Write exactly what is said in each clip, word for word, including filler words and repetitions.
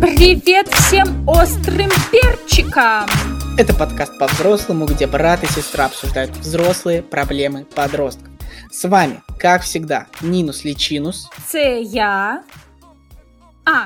Привет всем острым перчикам! Это подкаст по-взрослому, где брат и сестра обсуждают взрослые проблемы подростков. С вами, как всегда, Нинус Личинус. Це я. А.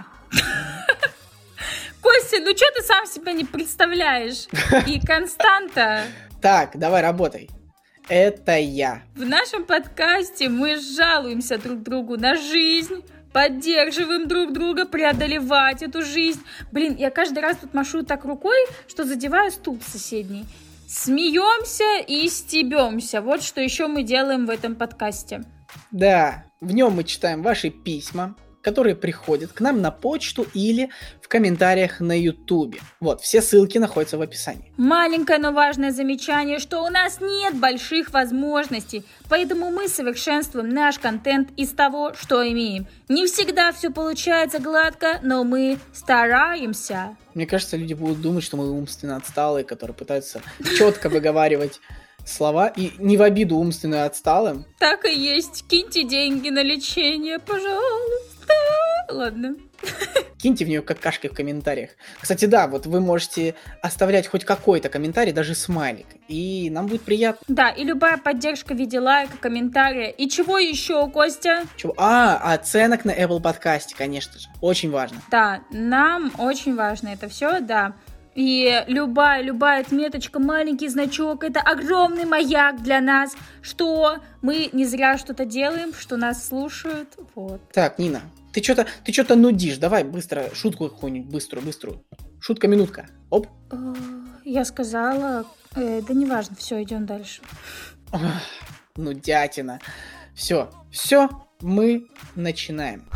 Костя, ну что ты сам себя не представляешь? И Константа. Так, давай работай. Это я. В нашем подкасте мы жалуемся друг другу на жизнь, поддерживаем друг друга преодолевать эту жизнь. Блин, я каждый раз тут машу так рукой, что задеваю стул соседний. Смеемся и стебемся. Вот что еще мы делаем в этом подкасте. Да, в нем мы читаем ваши письма, которые приходят к нам на почту или в комментариях на ютубе. Вот, все ссылки находятся в описании. Маленькое, но важное замечание, что у нас нет больших возможностей, поэтому мы совершенствуем наш контент из того, что имеем. Не всегда все получается гладко, но мы стараемся. Мне кажется, люди будут думать, что мы умственно отсталые, которые пытаются четко выговаривать слова, и не в обиду умственно отсталым. Так и есть. Киньте деньги на лечение, пожалуйста. Ладно. Киньте в нее какашки в комментариях. Кстати, да, вот вы можете оставлять хоть какой-то комментарий, даже смайлик, и нам будет приятно. Да, и любая поддержка в виде лайка, комментария. И чего еще, Костя? Чего? А, оценок на Apple подкасте, конечно же. Очень важно. Да, нам очень важно это все, да. И любая, любая отметочка, маленький значок, это огромный маяк для нас, что мы не зря что-то делаем, что нас слушают, вот. Так, Нина, ты что-то ты что-то нудишь, давай быстро, шутку какую-нибудь, быструю, быструю. Шутка-минутка, оп. Я сказала, э, да неважно, все, идем дальше. Ох, нудятина. Все, все, мы начинаем.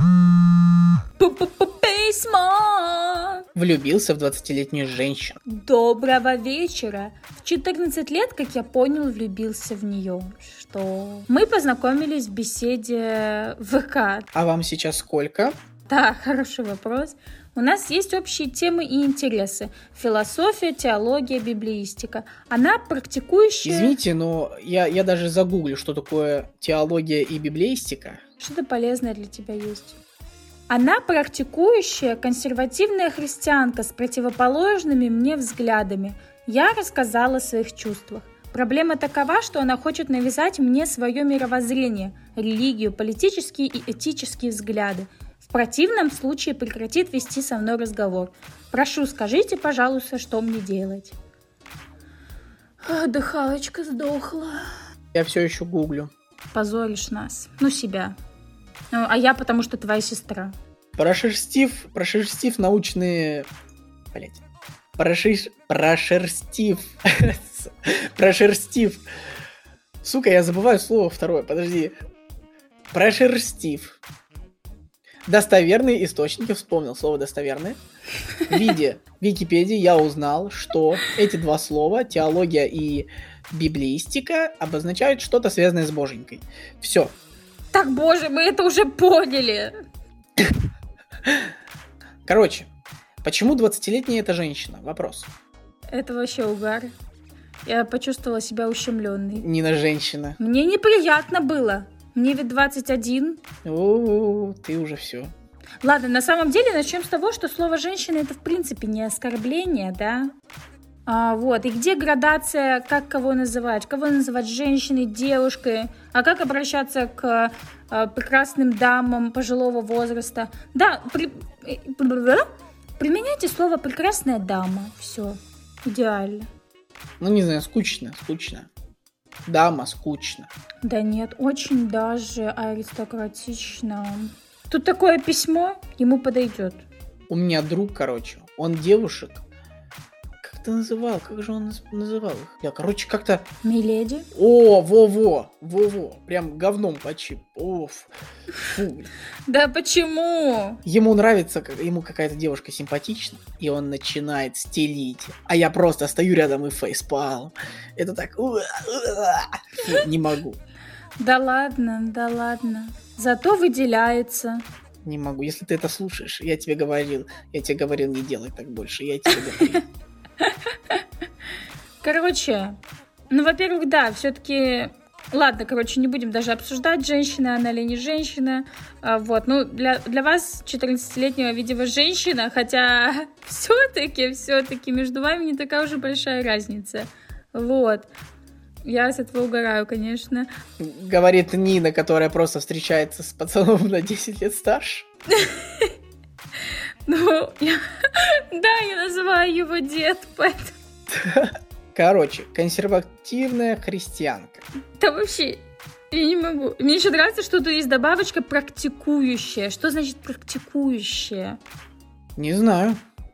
Письмо! Влюбился в двадцатилетнюю женщину. Доброго вечера. В четырнадцать лет, как я понял, влюбился в нее. Что? Мы познакомились в беседе в ВК. А вам сейчас сколько? Да, хороший вопрос. У нас есть общие темы и интересы. Философия, теология, библеистика. Она практикующая... Извините, но я, я даже загуглю, что такое теология и библеистика. Что-то полезное для тебя есть. Она практикующая консервативная христианка с противоположными мне взглядами. Я рассказала о своих чувствах. Проблема такова, что она хочет навязать мне свое мировоззрение, религию, политические и этические взгляды. В противном случае прекратит вести со мной разговор. Прошу, скажите, пожалуйста, что мне делать? А, дыхалочка сдохла. Я все еще гуглю. Позоришь нас. Ну, себя. Ну, а я потому что твоя сестра. Прошерстив, прошерстив научные... Блять. Прошиш... Прошерстив. Прошерстив. Сука, я забываю слово второе, подожди. Прошерстив. Достоверные источники, вспомнил слово достоверные. В виде Википедии я узнал, что эти два слова, теология и библеистика, обозначают что-то связанное с боженькой. Все. Так, боже, мы это уже поняли. Короче, почему двадцатилетняя эта женщина? Вопрос. Это вообще угар. Я почувствовала себя ущемленной. Нина женщина. Мне неприятно было. Мне ведь двадцать один. О, ты уже все. Ладно, на самом деле начнем с того, что слово «женщина» это в принципе не оскорбление, да? А, вот, и где градация, как кого называть? Кого называть женщиной, девушкой? А как обращаться к а, прекрасным дамам пожилого возраста? Да, при... применяйте слово «прекрасная дама». Все, идеально. Ну, не знаю, скучно, скучно. Дама, скучно. Да нет, очень даже аристократично. Тут такое письмо, ему подойдет. У меня друг, короче, он девушек... Как ты называл? Как же он называл их? Я, короче, как-то... Миледи? О, во-во, во-во. Прям говном почип. Оф. Фу. Да почему? Ему нравится, ему какая-то девушка симпатична, и он начинает стелить. А я просто стою рядом и фейспалм. Это так... Фу, не могу. Да ладно, да ладно. Зато выделяется. Не могу. Если ты это слушаешь, я тебе говорил. Я тебе говорил, не делай так больше. Я тебе говорил. Короче, ну, во-первых, да, все-таки Ладно, короче, не будем даже обсуждать, женщина она или не женщина. А, вот, ну, для, для вас, четырнадцатилетнего, видимо, женщина, хотя все-таки, все-таки между вами не такая уже большая разница. Вот. Я с этого угораю, конечно. Говорит Нина, которая просто встречается с пацаном на десять лет старше. Ну, да, я называю его дед, поэтому... Короче, консервативная христианка. Да вообще, я не могу. Мне еще нравится, что тут есть добавочка «практикующая». Что значит «практикующая»? Не знаю,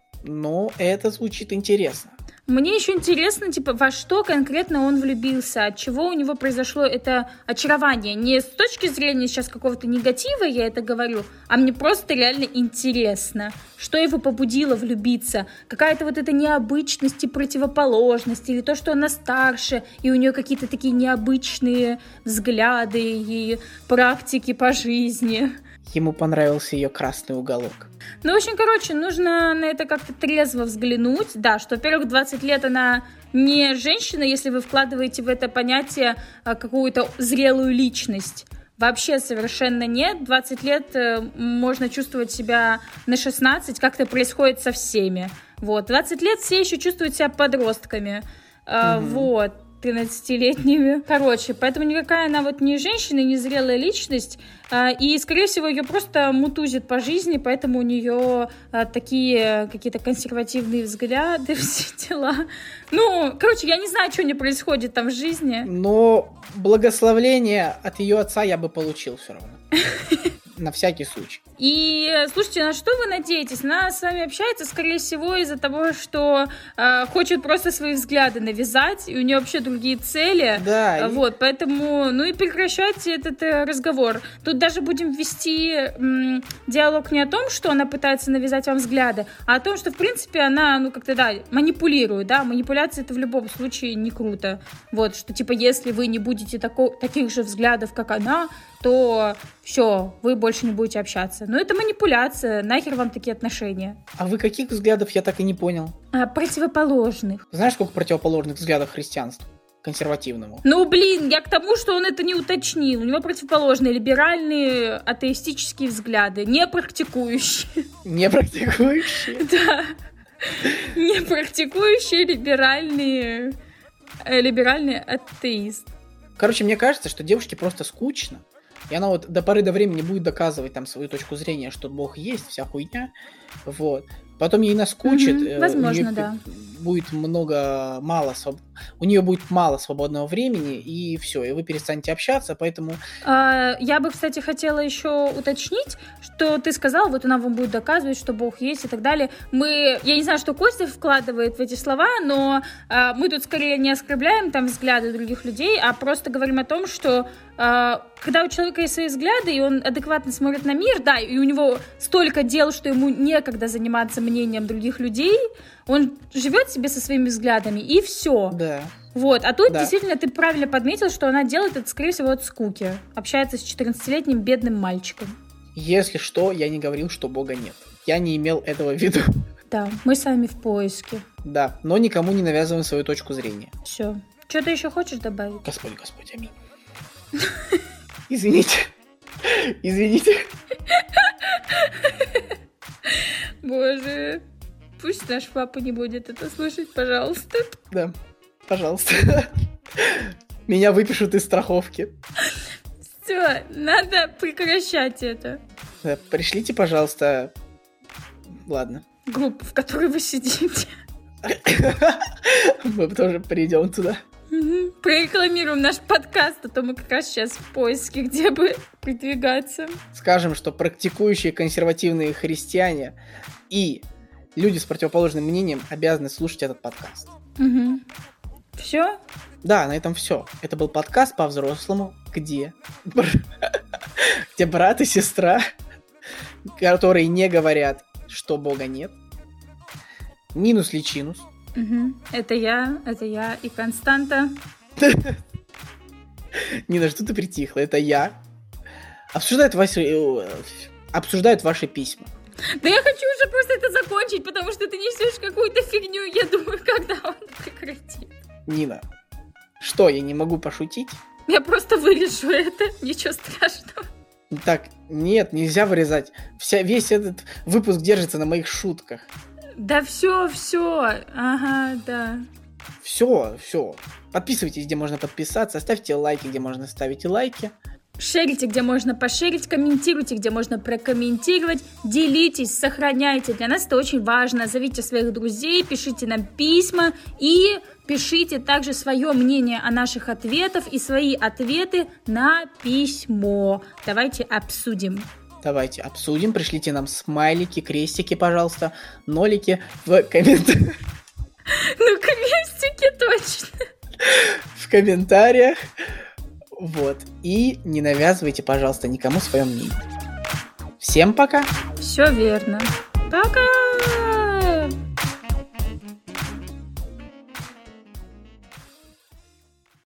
но это звучит интересно. Мне еще интересно, типа, во что конкретно он влюбился, от чего у него произошло это очарование. Не с точки зрения сейчас какого-то негатива я это говорю, а мне просто реально интересно, что его побудило влюбиться. Какая-то вот эта необычность и противоположность, или то, что она старше, и у нее какие-то такие необычные взгляды и практики по жизни. Ему понравился ее красный уголок. Ну, в общем, короче, нужно на это как-то трезво взглянуть. Да, что, во-первых, двадцать лет она не женщина, если вы вкладываете в это понятие а, какую-то зрелую личность. Вообще совершенно нет. двадцать лет э, можно чувствовать себя на шестнадцать, как это происходит со всеми. Вот. двадцать лет все еще чувствуют себя подростками. Э, угу. Вот. тринадцатилетними. Короче, поэтому никакая она вот не женщина, не зрелая личность, а, и, скорее всего, ее просто мутузит по жизни, поэтому у нее а, такие какие-то консервативные взгляды, все дела. Ну, короче, я не знаю, что у нее происходит там в жизни. Но благословление от ее отца я бы получил все равно. На всякий случай. И, слушайте, на что вы надеетесь? Она с вами общается, скорее всего, из-за того, что э, хочет просто свои взгляды навязать, и у нее вообще другие цели. Да. Вот, и... поэтому, ну и прекращайте этот э, разговор. Тут даже будем вести м, диалог не о том, что она пытается навязать вам взгляды, а о том, что, в принципе, она, ну, как-то, да, манипулирует, да, манипуляция это в любом случае не круто. Вот, что, типа, если вы не будете тако- таких же взглядов, как она, то все, вы больше не будете общаться. Но это манипуляция, нахер вам такие отношения. А вы каких взглядов, я так и не понял? А, противоположных. Знаешь, сколько противоположных взглядов христианству? Консервативному. Ну, блин, я к тому, что он это не уточнил. У него противоположные либеральные атеистические взгляды, не практикующие. Не практикующие? Да. Не практикующие либеральные либеральный атеист. Короче, мне кажется, что девушке просто скучно. И она вот до поры до времени будет доказывать там свою точку зрения, что Бог есть, вся хуйня. Вот. Потом ей наскучит. Mm-hmm. Возможно, у нее да. Будет много, мало, своб... у нее будет мало свободного времени, и все, и вы перестанете общаться, поэтому... А, я бы, кстати, хотела еще уточнить, что ты сказал, вот она вам будет доказывать, что Бог есть и так далее. Мы, я не знаю, что Костя вкладывает в эти слова, но а, мы тут скорее не оскорбляем там взгляды других людей, а просто говорим о том, что а, когда у человека есть свои взгляды, и он адекватно смотрит на мир, да, и у него столько дел, что ему некогда заниматься мнением других людей, он живет себе со своими взглядами, и все. Да. Вот, а тут да. действительно ты правильно подметил, что она делает это, скорее всего, от скуки. Общается с четырнадцатилетним бедным мальчиком. Если что, я не говорил, что Бога нет. Я не имел этого в виду. Да, мы сами в поиске. Да, но никому не навязываем свою точку зрения. Все. Что ты еще хочешь добавить? Господи, Господи, аминь. Извините. Извините. Боже. Пусть наш папа не будет это слушать, пожалуйста. Да, пожалуйста. Меня выпишут из страховки. Все, надо прекращать это. Да, пришлите, пожалуйста. Ладно. Группу, в которой вы сидите. Мы тоже придем туда. Угу. Прорекламируем наш подкаст, а то мы как раз сейчас в поиске, где бы продвигаться. Скажем, что практикующие консервативные христиане и люди с противоположным мнением обязаны слушать этот подкаст. Угу. Все? Да, на этом все. Это был подкаст по-взрослому, где... где брат и сестра, которые не говорят, что Бога нет. Минус Личинус. Угу. Это я, это я и Константа. Нина, что ты притихла? Это я. Обсуждают ваши, обсуждают ваши письма. Да я хочу уже просто это закончить, потому что ты несешь какую-то фигню, я думаю, когда он прекратит. Нина, что, я не могу пошутить? Я просто вырежу это, ничего страшного. Так, нет, нельзя вырезать. Вся, весь этот выпуск держится на моих шутках. Да все, все, ага, да. Все, все. Подписывайтесь, где можно подписаться, ставьте лайки, где можно ставить лайки. Шерите, где можно пошерить, комментируйте, где можно прокомментировать, делитесь, сохраняйте. Для нас это очень важно. Зовите своих друзей, пишите нам письма и пишите также свое мнение о наших ответах и свои ответы на письмо. Давайте обсудим. Давайте обсудим. Пришлите нам смайлики, крестики, пожалуйста, нолики в комментариях. Ну, крестики точно. В комментариях. Вот. И не навязывайте, пожалуйста, никому свое мнение. Всем пока. Все верно. Пока.